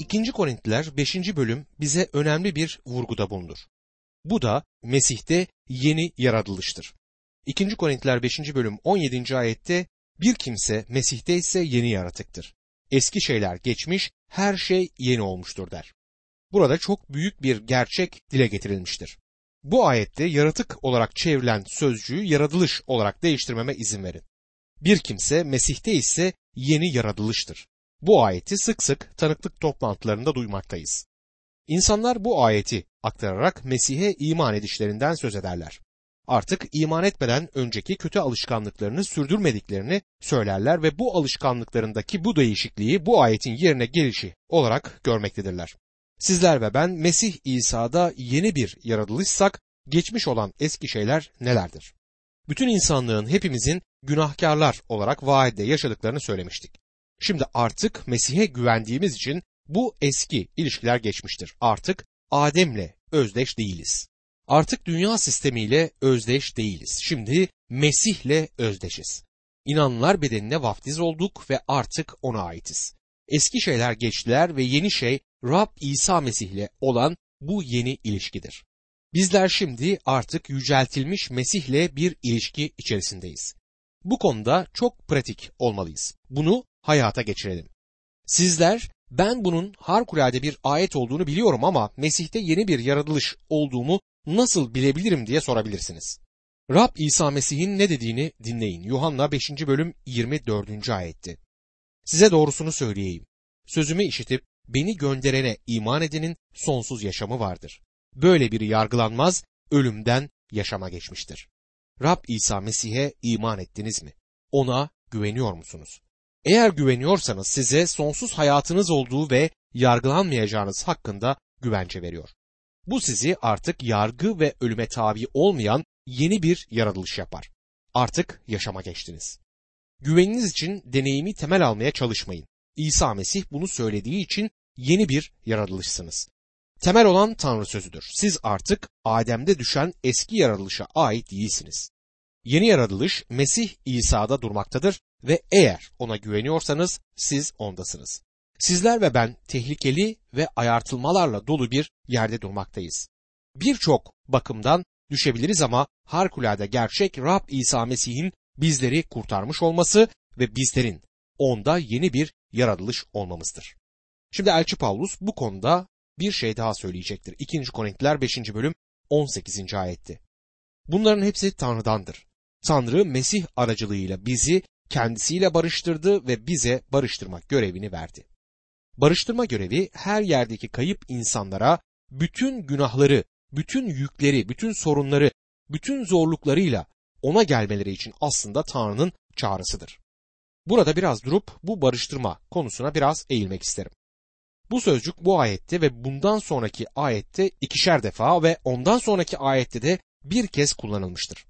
2. Korintiler 5. bölüm bize önemli bir vurguda bulunur. Bu da Mesih'te yeni yaratılıştır. 2. Korintiler 5. bölüm 17. ayette bir kimse Mesih'te ise yeni yaratıktır. Eski şeyler geçmiş, her şey yeni olmuştur der. Burada çok büyük bir gerçek dile getirilmiştir. Bu ayette yaratık olarak çevrilen sözcüğü yaratılış olarak değiştirmeme izin verin. Bir kimse Mesih'te ise yeni yaratılıştır. Bu ayeti sık sık tanıklık toplantılarında duymaktayız. İnsanlar bu ayeti aktararak Mesih'e iman edişlerinden söz ederler. Artık iman etmeden önceki kötü alışkanlıklarını sürdürmediklerini söylerler ve bu alışkanlıklarındaki bu değişikliği bu ayetin yerine gelişi olarak görmektedirler. Sizler ve ben Mesih İsa'da yeni bir yaratılışsak geçmiş olan eski şeyler nelerdir? Bütün insanlığın hepimizin günahkarlar olarak vaadde yaşadıklarını söylemiştik. Şimdi artık Mesih'e güvendiğimiz için bu eski ilişkiler geçmiştir. Artık Adem'le özdeş değiliz. Artık dünya sistemiyle özdeş değiliz. Şimdi Mesih'le özdeşiz. İnananlar bedenine vaftiz olduk ve artık ona aitiz. Eski şeyler geçtiler ve yeni şey Rab İsa Mesih'le olan bu yeni ilişkidir. Bizler şimdi artık yüceltilmiş Mesih'le bir ilişki içerisindeyiz. Bu konuda çok pratik olmalıyız. Bunu hayata geçirelim. Sizler, ben bunun harikulade bir ayet olduğunu biliyorum ama Mesih'te yeni bir yaratılış olduğumu nasıl bilebilirim diye sorabilirsiniz. Rab İsa Mesih'in ne dediğini dinleyin. Yuhanna 5. bölüm 24. ayetti. Size doğrusunu söyleyeyim. Sözümü işitip beni gönderene iman edenin sonsuz yaşamı vardır. Böyle biri yargılanmaz, ölümden yaşama geçmiştir. Rab İsa Mesih'e iman ettiniz mi? Ona güveniyor musunuz? Eğer güveniyorsanız size sonsuz hayatınız olduğu ve yargılanmayacağınız hakkında güvence veriyor. Bu sizi artık yargı ve ölüme tabi olmayan yeni bir yaratılış yapar. Artık yaşama geçtiniz. Güveniniz için deneyimi temel almaya çalışmayın. İsa Mesih bunu söylediği için yeni bir yaratılışsınız. Temel olan Tanrı sözüdür. Siz artık Adem'de düşen eski yaratılışa ait değilsiniz. Yeni yaratılış Mesih İsa'da durmaktadır ve eğer ona güveniyorsanız siz ondasınız. Sizler ve ben tehlikeli ve ayartılmalarla dolu bir yerde durmaktayız. Birçok bakımdan düşebiliriz ama harikulade gerçek Rab İsa Mesih'in bizleri kurtarmış olması ve bizlerin onda yeni bir yaratılış olmamızdır. Şimdi Elçi Pavlus bu konuda bir şey daha söyleyecektir. 2. Korintiler 5. bölüm 18. ayetti. Bunların hepsi Tanrı'dandır. Tanrı Mesih aracılığıyla bizi kendisiyle barıştırdı ve bize barıştırmak görevini verdi. Barıştırma görevi her yerdeki kayıp insanlara bütün günahları, bütün yükleri, bütün sorunları, bütün zorluklarıyla ona gelmeleri için aslında Tanrı'nın çağrısıdır. Burada biraz durup bu barıştırma konusuna biraz eğilmek isterim. Bu sözcük bu ayette ve bundan sonraki ayette 2'şer defa ve ondan sonraki ayette de bir kez kullanılmıştır.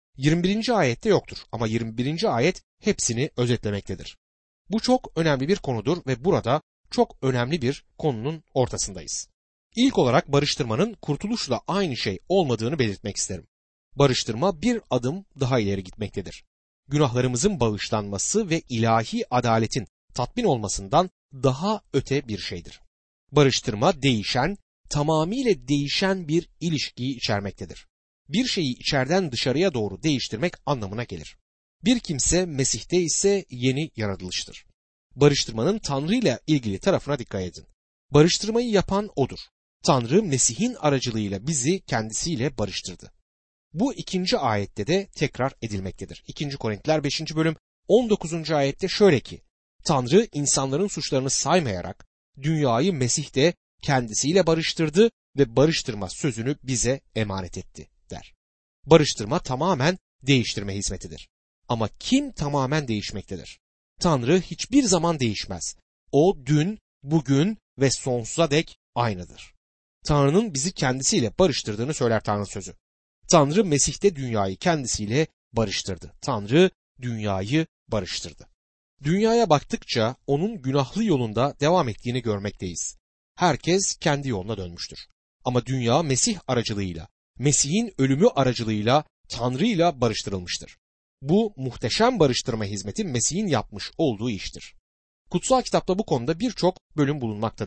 21. ayette yoktur ama 21. ayet hepsini özetlemektedir. Bu çok önemli bir konudur ve burada çok önemli bir konunun ortasındayız. İlk olarak barıştırmanın kurtuluşla aynı şey olmadığını belirtmek isterim. Barıştırma bir adım daha ileri gitmektedir. Günahlarımızın bağışlanması ve ilahi adaletin tatmin olmasından daha öte bir şeydir. Barıştırma değişen, tamamıyla değişen bir ilişkiyi içermektedir. Bir şeyi içeriden dışarıya doğru değiştirmek anlamına gelir. Bir kimse Mesih'te ise yeni yaratılıştır. Barıştırmanın Tanrı ile ilgili tarafına dikkat edin. Barıştırmayı yapan O'dur. Tanrı Mesih'in aracılığıyla bizi kendisiyle barıştırdı. Bu 2. ayette de tekrar edilmektedir. 2. Korintiler 5. bölüm 19. ayette şöyle ki, Tanrı insanların suçlarını saymayarak dünyayı Mesih'te kendisiyle barıştırdı ve barıştırma sözünü bize emanet etti der. Barıştırma tamamen değiştirme hizmetidir. Ama kim tamamen değişmektedir? Tanrı hiçbir zaman değişmez. O dün, bugün ve sonsuza dek aynıdır. Tanrı'nın bizi kendisiyle barıştırdığını söyler Tanrı sözü. Tanrı Mesih'te dünyayı kendisiyle barıştırdı. Tanrı dünyayı barıştırdı. Dünyaya baktıkça onun günahlı yolunda devam ettiğini görmekteyiz. Herkes kendi yoluna dönmüştür. Ama dünya Mesih aracılığıyla, Mesih'in ölümü aracılığıyla Tanrı'yla barıştırılmıştır. Bu muhteşem barıştırma hizmeti Mesih'in yapmış olduğu iştir. Kutsal kitapta bu konuda birçok bölüm bulunmaktadır.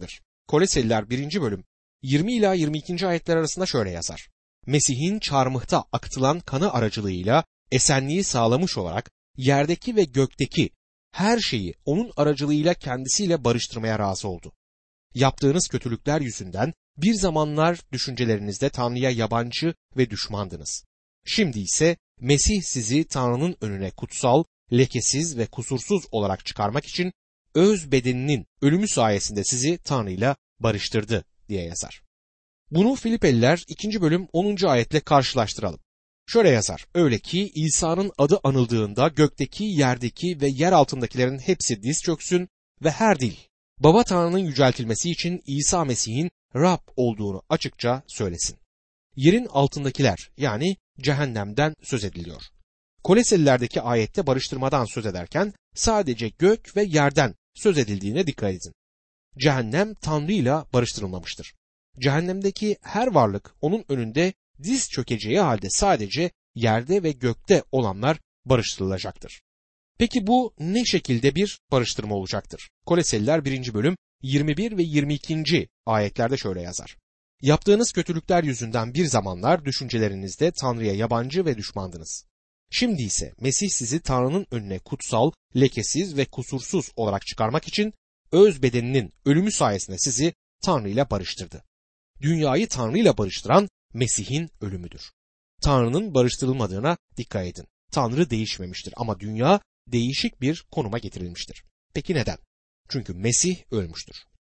Koloseliler 1. bölüm 20 ila 22. ayetler arasında şöyle yazar. Mesih'in çarmıhta akıtılan kanı aracılığıyla esenliği sağlamış olarak yerdeki ve gökteki her şeyi onun aracılığıyla kendisiyle barıştırmaya razı oldu. Yaptığınız kötülükler yüzünden bir zamanlar düşüncelerinizde Tanrı'ya yabancı ve düşmandınız. Şimdi ise Mesih sizi Tanrı'nın önüne kutsal, lekesiz ve kusursuz olarak çıkarmak için öz bedeninin ölümü sayesinde sizi Tanrı'yla barıştırdı diye yazar. Bunu Filipeliler 2. bölüm 10. ayetle karşılaştıralım. Şöyle yazar. Öyle ki İsa'nın adı anıldığında gökteki, yerdeki ve yer altındakilerin hepsi diz çöksün ve her dil Baba Tanrı'nın yüceltilmesi için İsa Mesih'in Rab olduğunu açıkça söylesin. Yerin altındakiler yani cehennemden söz ediliyor. Koleselilerdeki ayette barıştırmadan söz ederken sadece gök ve yerden söz edildiğine dikkat edin. Cehennem Tanrı'yla barıştırılmamıştır. Cehennemdeki her varlık onun önünde diz çökeceği halde sadece yerde ve gökte olanlar barıştırılacaktır. Peki bu ne şekilde bir barıştırma olacaktır? Koloseliler 1. bölüm 21 ve 22. ayetlerde şöyle yazar. Yaptığınız kötülükler yüzünden bir zamanlar düşüncelerinizde Tanrı'ya yabancı ve düşmandınız. Şimdi ise Mesih sizi Tanrı'nın önüne kutsal, lekesiz ve kusursuz olarak çıkarmak için öz bedeninin ölümü sayesinde sizi Tanrı ile barıştırdı. Dünyayı Tanrı ile barıştıran Mesih'in ölümüdür. Tanrı'nın barıştırılmadığına dikkat edin. Tanrı değişmemiştir ama dünya değişik bir konuma getirilmiştir. Peki neden? Çünkü Mesih ölmüştür.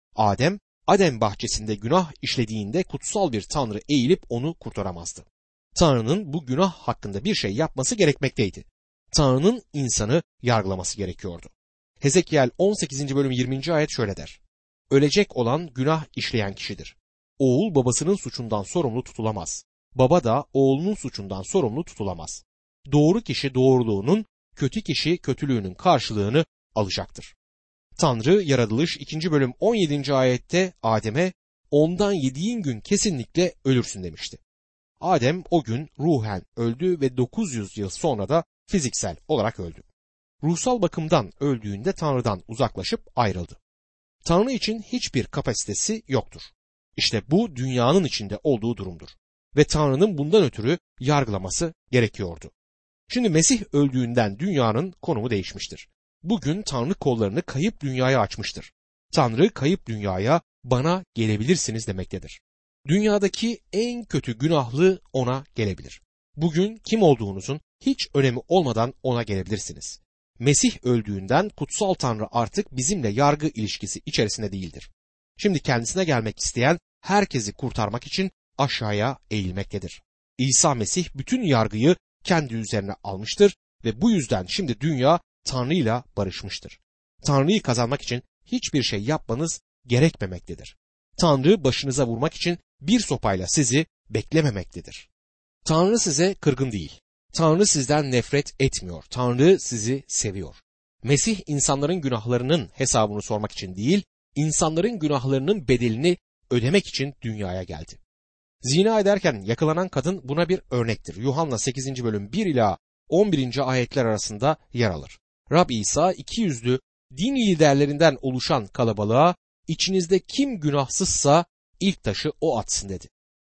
Adem bahçesinde günah işlediğinde kutsal bir Tanrı eğilip onu kurtaramazdı. Tanrı'nın bu günah hakkında bir şey yapması gerekmekteydi. Tanrı'nın insanı yargılaması gerekiyordu. Hezekiel 18. bölüm 20. ayet şöyle der. Ölecek olan günah işleyen kişidir. Oğul babasının suçundan sorumlu tutulamaz. Baba da oğlunun suçundan sorumlu tutulamaz. Doğru kişi doğruluğunun, kötü kişi kötülüğünün karşılığını alacaktır. Tanrı yaratılış 2. bölüm 17. ayette Adem'e ondan yediğin gün kesinlikle ölürsün demişti. Adem o gün ruhen öldü ve 900 yıl sonra da fiziksel olarak öldü. Ruhsal bakımdan öldüğünde Tanrı'dan uzaklaşıp ayrıldı. Tanrı için hiçbir kapasitesi yoktur. İşte bu dünyanın içinde olduğu durumdur. Ve Tanrı'nın bundan ötürü yargılaması gerekiyordu. Şimdi Mesih öldüğünden dünyanın konumu değişmiştir. Bugün Tanrı kollarını kayıp dünyaya açmıştır. Tanrı kayıp dünyaya bana gelebilirsiniz demektedir. Dünyadaki en kötü günahlı ona gelebilir. Bugün kim olduğunuzun hiç önemi olmadan ona gelebilirsiniz. Mesih öldüğünden kutsal Tanrı artık bizimle yargı ilişkisi içerisinde değildir. Şimdi kendisine gelmek isteyen herkesi kurtarmak için aşağıya eğilmektedir. İsa Mesih bütün yargıyı kendi üzerine almıştır ve bu yüzden şimdi dünya Tanrı'yla barışmıştır. Tanrı'yı kazanmak için hiçbir şey yapmanız gerekmemektedir. Tanrı başınıza vurmak için bir sopayla sizi beklememektedir. Tanrı size kırgın değil. Tanrı sizden nefret etmiyor. Tanrı sizi seviyor. Mesih insanların günahlarının hesabını sormak için değil, insanların günahlarının bedelini ödemek için dünyaya geldi. Zina ederken yakalanan kadın buna bir örnektir. Yuhanna 8. bölüm 1 ila 11. ayetler arasında yer alır. Rab İsa ikiyüzlü din liderlerinden oluşan kalabalığa içinizde kim günahsızsa ilk taşı o atsın dedi.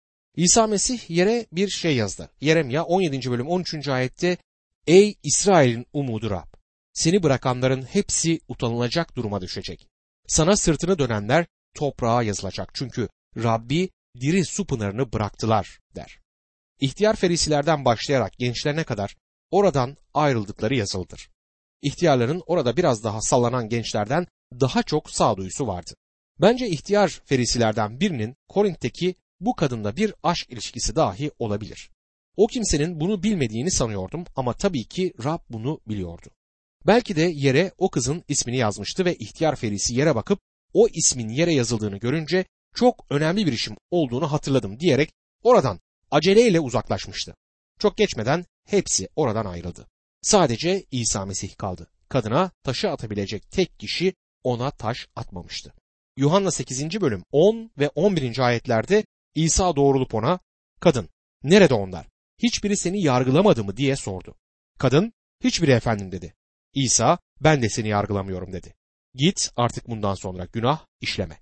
İsa Mesih yere bir şey yazdı. Yeremya 17. bölüm 13. ayette Ey İsrail'in umudu Rab! Seni bırakanların hepsi utanılacak duruma düşecek. Sana sırtını dönenler toprağa yazılacak. Çünkü Rabbi diri su pınarını bıraktılar der. İhtiyar ferisilerden başlayarak gençlerine kadar oradan ayrıldıkları yazılıdır. İhtiyarların orada biraz daha sallanan gençlerden daha çok sağduyusu vardı. Bence ihtiyar ferisilerden birinin Korint'teki bu kadınla bir aşk ilişkisi dahi olabilir. O kimsenin bunu bilmediğini sanıyordum ama tabii ki Rab bunu biliyordu. Belki de yere o kızın ismini yazmıştı ve ihtiyar ferisi yere bakıp o ismin yere yazıldığını görünce çok önemli bir işim olduğunu hatırladım diyerek oradan aceleyle uzaklaşmıştı. Çok geçmeden hepsi oradan ayrıldı. Sadece İsa Mesih kaldı. Kadına taşı atabilecek tek kişi ona taş atmamıştı. Yuhanna 8. bölüm 10 ve 11. ayetlerde İsa doğrulup ona, "Kadın, nerede onlar? Hiçbiri seni yargılamadı mı?" diye sordu. Kadın, "Hiçbiri efendim" dedi. İsa, "Ben de seni yargılamıyorum" dedi. "Git artık bundan sonra günah işleme."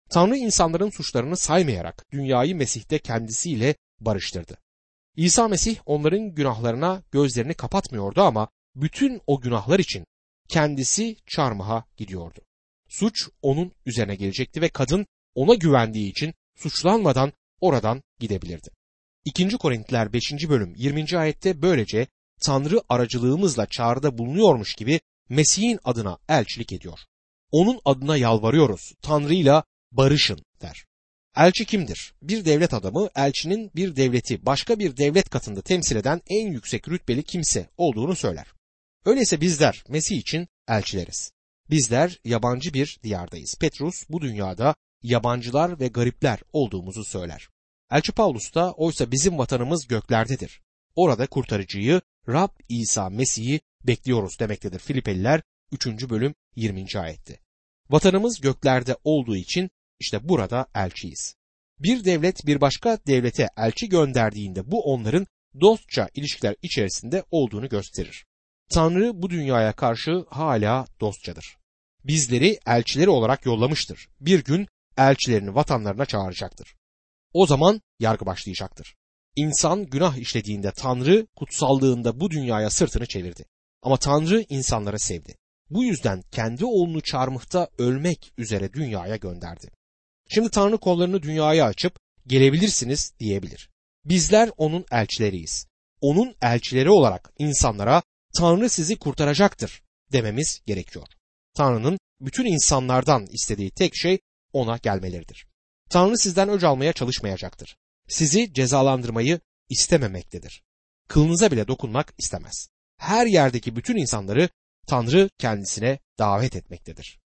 Tanrı insanların suçlarını saymayarak dünyayı Mesih'te kendisiyle barıştırdı. İsa Mesih onların günahlarına gözlerini kapatmıyordu ama bütün o günahlar için kendisi çarmıha gidiyordu. Suç onun üzerine gelecekti ve kadın ona güvendiği için suçlanmadan oradan gidebilirdi. 2. Korintiler 5. bölüm 20. ayette böylece Tanrı aracılığımızla çağrıda bulunuyormuş gibi Mesih'in adına elçilik ediyor. Onun adına yalvarıyoruz, Tanrı'yla barışın der. Elçi kimdir? Bir devlet adamı, elçinin bir devleti başka bir devlet katında temsil eden en yüksek rütbeli kimse olduğunu söyler. Öyleyse bizler Mesih için elçileriz. Bizler yabancı bir diyardayız. Petrus bu dünyada yabancılar ve garipler olduğumuzu söyler. Elçi Pavlus da oysa bizim vatanımız göklerdedir. Orada kurtarıcıyı Rab İsa Mesih'i bekliyoruz demektedir. Filipeliler 3. bölüm 20. ayette. Vatanımız göklerde olduğu için işte burada elçiyiz. Bir devlet bir başka devlete elçi gönderdiğinde bu onların dostça ilişkiler içerisinde olduğunu gösterir. Tanrı bu dünyaya karşı hala dostçadır. Bizleri elçileri olarak yollamıştır. Bir gün elçilerini vatanlarına çağıracaktır. O zaman yargı başlayacaktır. İnsan günah işlediğinde Tanrı kutsallığında bu dünyaya sırtını çevirdi. Ama Tanrı insanları sevdi. Bu yüzden kendi oğlunu çarmıhta ölmek üzere dünyaya gönderdi. Şimdi Tanrı kollarını dünyaya açıp gelebilirsiniz diyebilir. Bizler onun elçileriyiz. Onun elçileri olarak insanlara Tanrı sizi kurtaracaktır dememiz gerekiyor. Tanrı'nın bütün insanlardan istediği tek şey ona gelmeleridir. Tanrı sizden öc almaya çalışmayacaktır. Sizi cezalandırmayı istememektedir. Kılınıza bile dokunmak istemez. Her yerdeki bütün insanları Tanrı kendisine davet etmektedir.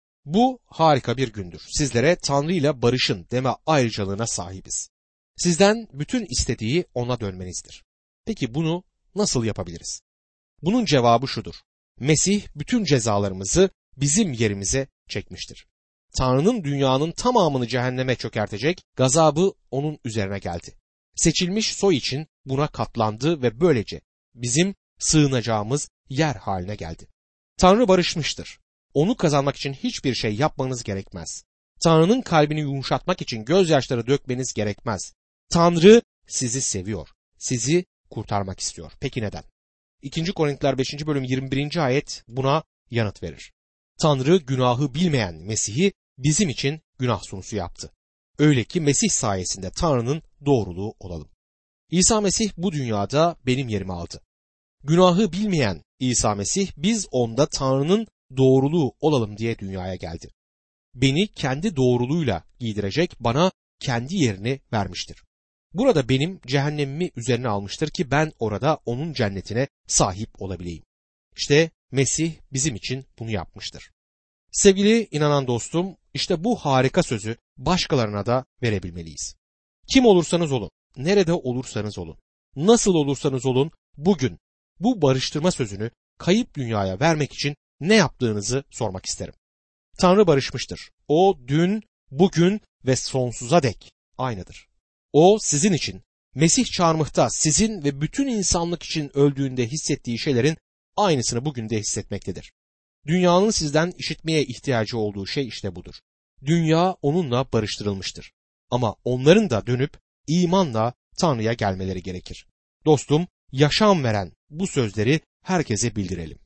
Bu harika bir gündür. Sizlere Tanrı ile barışın deme ayrıcalığına sahibiz. Sizden bütün istediği ona dönmenizdir. Peki bunu nasıl yapabiliriz? Bunun cevabı şudur. Mesih bütün cezalarımızı bizim yerimize çekmiştir. Tanrı'nın dünyanın tamamını cehenneme çökertecek gazabı onun üzerine geldi. Seçilmiş soy için buna katlandı ve böylece bizim sığınacağımız yer haline geldi. Tanrı barışmıştır. Onu kazanmak için hiçbir şey yapmanız gerekmez. Tanrı'nın kalbini yumuşatmak için gözyaşları dökmeniz gerekmez. Tanrı sizi seviyor. Sizi kurtarmak istiyor. Peki neden? 2. Korintiler 5. bölüm 21. ayet buna yanıt verir. Tanrı günahı bilmeyen Mesih'i bizim için günah sunusu yaptı. Öyle ki Mesih sayesinde Tanrı'nın doğruluğu olalım. İsa Mesih bu dünyada benim yerimi aldı. Günahı bilmeyen İsa Mesih biz onda Tanrı'nın doğruluğu olalım diye dünyaya geldi. Beni kendi doğruluğuyla giydirecek, bana kendi yerini vermiştir. Burada benim cehennemimi üzerine almıştır ki ben orada onun cennetine sahip olabileyim. İşte Mesih bizim için bunu yapmıştır. Sevgili inanan dostum, işte bu harika sözü başkalarına da verebilmeliyiz. Kim olursanız olun, nerede olursanız olun, nasıl olursanız olun bugün bu barıştırma sözünü kayıp dünyaya vermek için ne yaptığınızı sormak isterim. Tanrı barışmıştır. O dün, bugün ve sonsuza dek aynıdır. O sizin için Mesih çarmıhta sizin ve bütün insanlık için öldüğünde hissettiği şeylerin aynısını bugün de hissetmektedir. Dünyanın sizden işitmeye ihtiyacı olduğu şey işte budur. Dünya onunla barıştırılmıştır. Ama onların da dönüp imanla Tanrı'ya gelmeleri gerekir. Dostum, yaşam veren bu sözleri herkese bildirelim.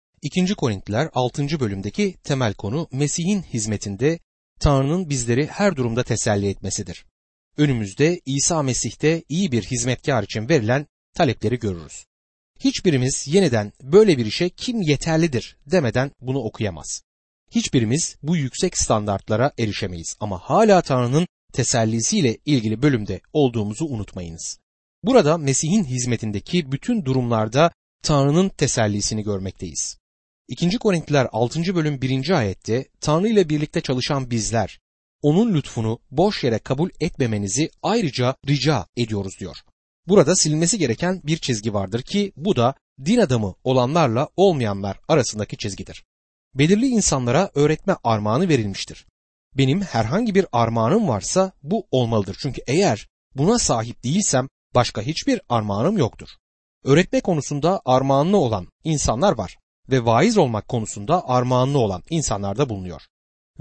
2. Korintiler 6. bölümdeki temel konu Mesih'in hizmetinde Tanrı'nın bizleri her durumda teselli etmesidir. Önümüzde İsa Mesih'te iyi bir hizmetkar için verilen talepleri görürüz. Hiçbirimiz yeniden böyle bir işe kim yeterlidir demeden bunu okuyamaz. Hiçbirimiz bu yüksek standartlara erişemeyiz ama hala Tanrı'nın tesellisiyle ilgili bölümde olduğumuzu unutmayınız. Burada Mesih'in hizmetindeki bütün durumlarda Tanrı'nın tesellisini görmekteyiz. 2. Korintiler 6. bölüm 1. ayette Tanrı ile birlikte çalışan bizler, onun lütfunu boş yere kabul etmemenizi ayrıca rica ediyoruz diyor. Burada silinmesi gereken bir çizgi vardır ki bu da din adamı olanlarla olmayanlar arasındaki çizgidir. Belirli insanlara öğretme armağanı verilmiştir. Benim herhangi bir armağanım varsa bu olmalıdır. Çünkü eğer buna sahip değilsem başka hiçbir armağanım yoktur. Öğretme konusunda armağanlı olan insanlar var ve vaiz olmak konusunda armağanlı olan insanlar da bulunuyor. Ve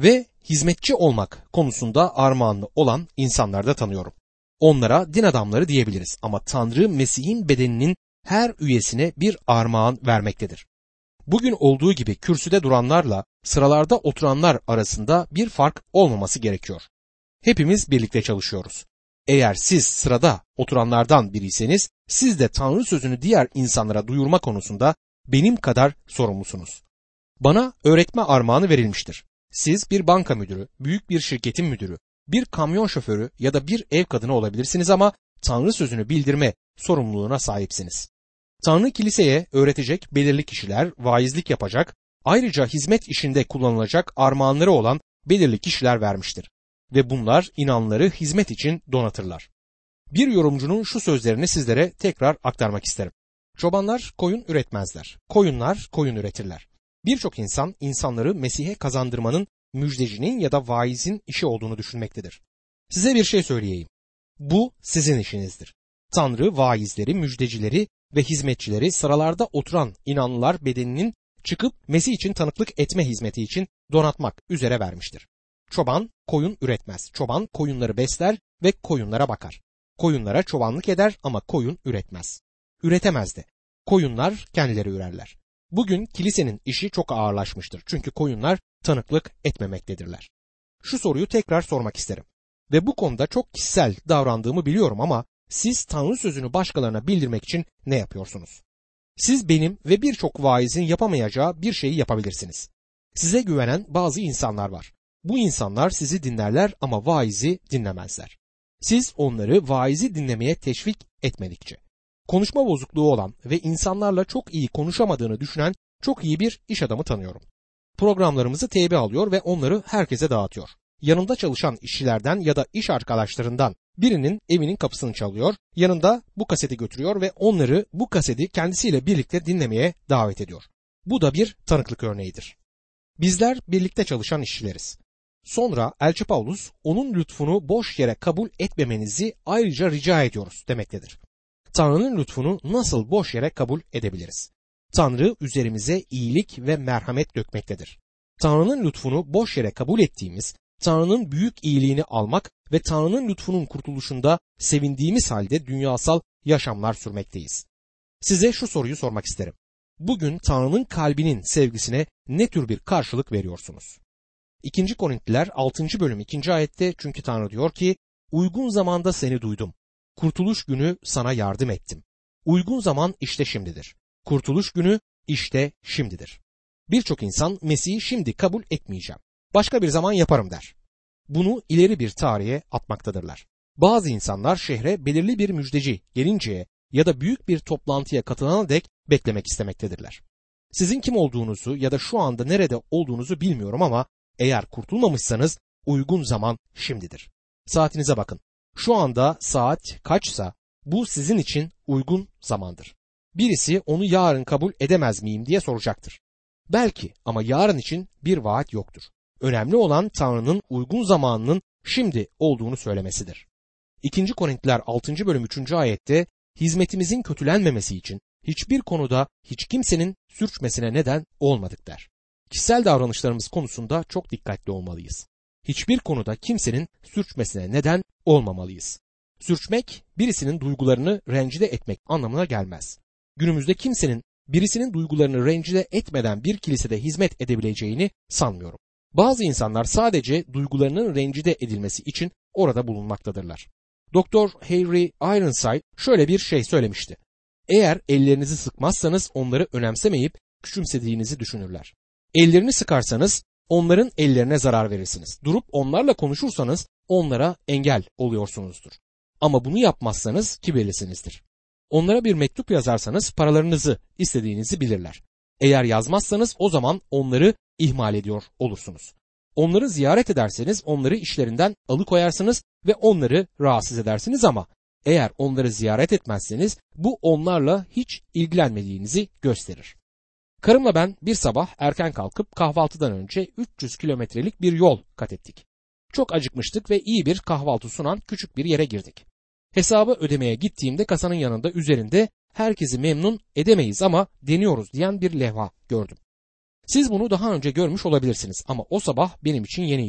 hizmetçi olmak konusunda armağanlı olan insanlar da tanıyorum. Onlara din adamları diyebiliriz ama Tanrı Mesih'in bedeninin her üyesine bir armağan vermektedir. Bugün olduğu gibi kürsüde duranlarla sıralarda oturanlar arasında bir fark olmaması gerekiyor. Hepimiz birlikte çalışıyoruz. Eğer siz sırada oturanlardan biriyseniz siz de Tanrı sözünü diğer insanlara duyurma konusunda benim kadar sorumlusunuz. Bana öğretme armağanı verilmiştir. Siz bir banka müdürü, büyük bir şirketin müdürü, bir kamyon şoförü ya da bir ev kadını olabilirsiniz ama Tanrı sözünü bildirme sorumluluğuna sahipsiniz. Tanrı kiliseye öğretecek belirli kişiler, vaizlik yapacak, ayrıca hizmet işinde kullanılacak armağanları olan belirli kişiler vermiştir. Ve bunlar inanları hizmet için donatırlar. Bir yorumcunun şu sözlerini sizlere tekrar aktarmak isterim. Çobanlar koyun üretmezler, koyunlar koyun üretirler. Birçok insan insanları Mesih'e kazandırmanın müjdecinin ya da vaizin işi olduğunu düşünmektedir. Size bir şey söyleyeyim. Bu sizin işinizdir. Tanrı vaizleri, müjdecileri ve hizmetçileri sıralarda oturan inanlılar bedeninin çıkıp Mesih için tanıklık etme hizmeti için donatmak üzere vermiştir. Çoban koyun üretmez. Çoban koyunları besler ve koyunlara bakar. Koyunlara çobanlık eder ama koyun üretmez. Üretemez de. Koyunlar kendileri ürerler. Bugün kilisenin işi çok ağırlaşmıştır. Çünkü koyunlar tanıklık etmemektedirler. Şu soruyu tekrar sormak isterim. Ve bu konuda çok kişisel davrandığımı biliyorum ama siz Tanrı sözünü başkalarına bildirmek için ne yapıyorsunuz? Siz benim ve birçok vaizin yapamayacağı bir şeyi yapabilirsiniz. Size güvenen bazı insanlar var. Bu insanlar sizi dinlerler ama vaizi dinlemezler. Siz onları vaizi dinlemeye teşvik etmedikçe. Konuşma bozukluğu olan ve insanlarla çok iyi konuşamadığını düşünen çok iyi bir iş adamı tanıyorum. Programlarımızı teybe alıyor ve onları herkese dağıtıyor. Yanında çalışan işçilerden ya da iş arkadaşlarından birinin evinin kapısını çalıyor, yanında bu kaseti götürüyor ve onları bu kaseti kendisiyle birlikte dinlemeye davet ediyor. Bu da bir tanıklık örneğidir. Bizler birlikte çalışan işçileriz. Sonra Elçi Paulus onun lütfunu boş yere kabul etmemenizi ayrıca rica ediyoruz demektedir. Tanrı'nın lütfunu nasıl boş yere kabul edebiliriz? Tanrı üzerimize iyilik ve merhamet dökmektedir. Tanrı'nın lütfunu boş yere kabul ettiğimiz, Tanrı'nın büyük iyiliğini almak ve Tanrı'nın lütfunun kurtuluşunda sevindiğimiz halde dünyasal yaşamlar sürmekteyiz. Size şu soruyu sormak isterim. Bugün Tanrı'nın kalbinin sevgisine ne tür bir karşılık veriyorsunuz? 2. Korintliler 6. bölüm 2. ayette çünkü Tanrı diyor ki, uygun zamanda seni duydum. Kurtuluş günü sana yardım ettim. Uygun zaman işte şimdidir. Kurtuluş günü işte şimdidir. Birçok insan Mesih'i şimdi kabul etmeyeceğim. Başka bir zaman yaparım der. Bunu ileri bir tarihe atmaktadırlar. Bazı insanlar şehre belirli bir müjdeci gelinceye ya da büyük bir toplantıya katılana dek beklemek istemektedirler. Sizin kim olduğunuzu ya da şu anda nerede olduğunuzu bilmiyorum ama eğer kurtulmamışsanız uygun zaman şimdidir. Saatinize bakın. Şu anda saat kaçsa bu sizin için uygun zamandır. Birisi onu yarın kabul edemez miyim diye soracaktır. Belki ama yarın için bir vaat yoktur. Önemli olan Tanrı'nın uygun zamanının şimdi olduğunu söylemesidir. 2. Korintliler 6. bölüm 3. ayette hizmetimizin kötülenmemesi için hiçbir konuda hiç kimsenin sürçmesine neden olmadık der. Kişisel davranışlarımız konusunda çok dikkatli olmalıyız. Hiçbir konuda kimsenin sürçmesine neden olmamalıyız. Sürçmek birisinin duygularını rencide etmek anlamına gelmez. Günümüzde kimsenin birisinin duygularını rencide etmeden bir kilisede hizmet edebileceğini sanmıyorum. Bazı insanlar sadece duygularının rencide edilmesi için orada bulunmaktadırlar. Doktor Harry Ironside şöyle bir şey söylemişti. Eğer ellerinizi sıkmazsanız onları önemsemeyip küçümsediğinizi düşünürler. Ellerini sıkarsanız onların ellerine zarar verirsiniz. Durup onlarla konuşursanız onlara engel oluyorsunuzdur. Ama bunu yapmazsanız kibirlisinizdir. Onlara bir mektup yazarsanız paralarınızı istediğinizi bilirler. Eğer yazmazsanız o zaman onları ihmal ediyor olursunuz. Onları ziyaret ederseniz onları işlerinden alıkoyarsınız ve onları rahatsız edersiniz ama eğer onları ziyaret etmezseniz bu onlarla hiç ilgilenmediğinizi gösterir. Karımla ben bir sabah erken kalkıp kahvaltıdan önce 300 kilometrelik bir yol kat ettik. Çok acıkmıştık ve iyi bir kahvaltı sunan küçük bir yere girdik. Hesabı ödemeye gittiğimde kasanın yanında üzerinde herkesi memnun edemeyiz ama deniyoruz diyen bir levha gördüm. Siz bunu daha önce görmüş olabilirsiniz ama o sabah benim için yeniydi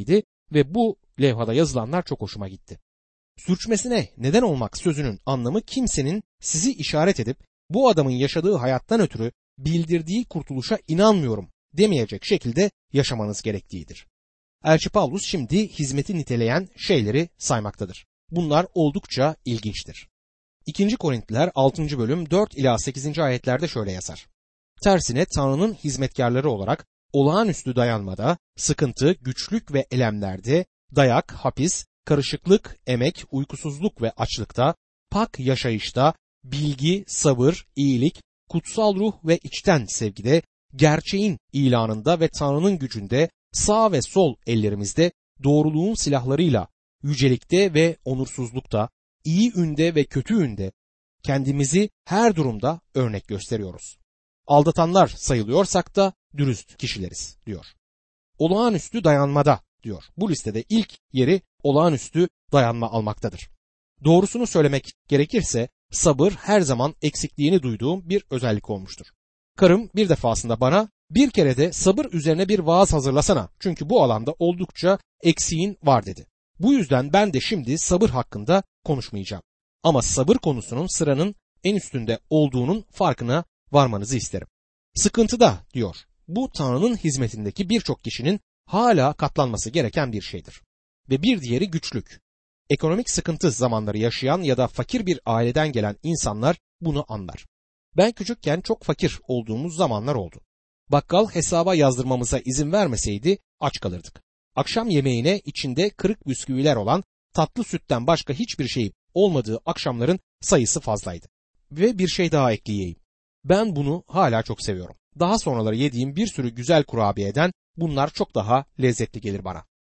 Ve bu levhada yazılanlar çok hoşuma gitti. Sürçmesine neden olmak sözünün anlamı kimsenin sizi işaret edip bu adamın yaşadığı hayattan ötürü bildirdiği kurtuluşa inanmıyorum demeyecek şekilde yaşamanız gerektiğidir. Elçi Pavlus şimdi hizmeti niteleyen şeyleri saymaktadır. Bunlar oldukça ilginçtir. 2. Korintliler 6. bölüm 4 ila 8. ayetlerde şöyle yazar. Tersine Tanrı'nın hizmetkarları olarak olağanüstü dayanmada, sıkıntı, güçlük ve elemlerde, dayak, hapis, karışıklık, emek, uykusuzluk ve açlıkta, pak yaşayışta, bilgi, sabır, iyilik, kutsal ruh ve içten sevgide, gerçeğin ilanında ve Tanrı'nın gücünde, sağ ve sol ellerimizde, doğruluğun silahlarıyla, yücelikte ve onursuzlukta, iyi ünde ve kötü ünde, kendimizi her durumda örnek gösteriyoruz. Aldatanlar sayılıyorsak da dürüst kişileriz diyor. Olağanüstü dayanmada diyor. Bu listede ilk yeri olağanüstü dayanma almaktadır. Doğrusunu söylemek gerekirse sabır her zaman eksikliğini duyduğum bir özellik olmuştur. Karım bir defasında bana bir kere de sabır üzerine bir vaaz hazırlasana çünkü bu alanda oldukça eksiğin var dedi. Bu yüzden ben de şimdi sabır hakkında konuşmayacağım. Ama sabır konusunun sıranın en üstünde olduğunun farkına varmanızı isterim. Sıkıntıda diyor. Bu Tanrı'nın hizmetindeki birçok kişinin hala katlanması gereken bir şeydir. Ve bir diğeri güçlük. Ekonomik sıkıntı zamanları yaşayan ya da fakir bir aileden gelen insanlar bunu anlar. Ben küçükken çok fakir olduğumuz zamanlar oldu. Bakkal hesaba yazdırmamıza izin vermeseydi aç kalırdık. Akşam yemeğine içinde kırık bisküviler olan tatlı sütten başka hiçbir şey olmadığı akşamların sayısı fazlaydı. Ve bir şey daha ekleyeyim. Ben bunu hala çok seviyorum. Daha sonraları yediğim bir sürü güzel kurabiyeden bunlar çok daha lezzetli gelir bana.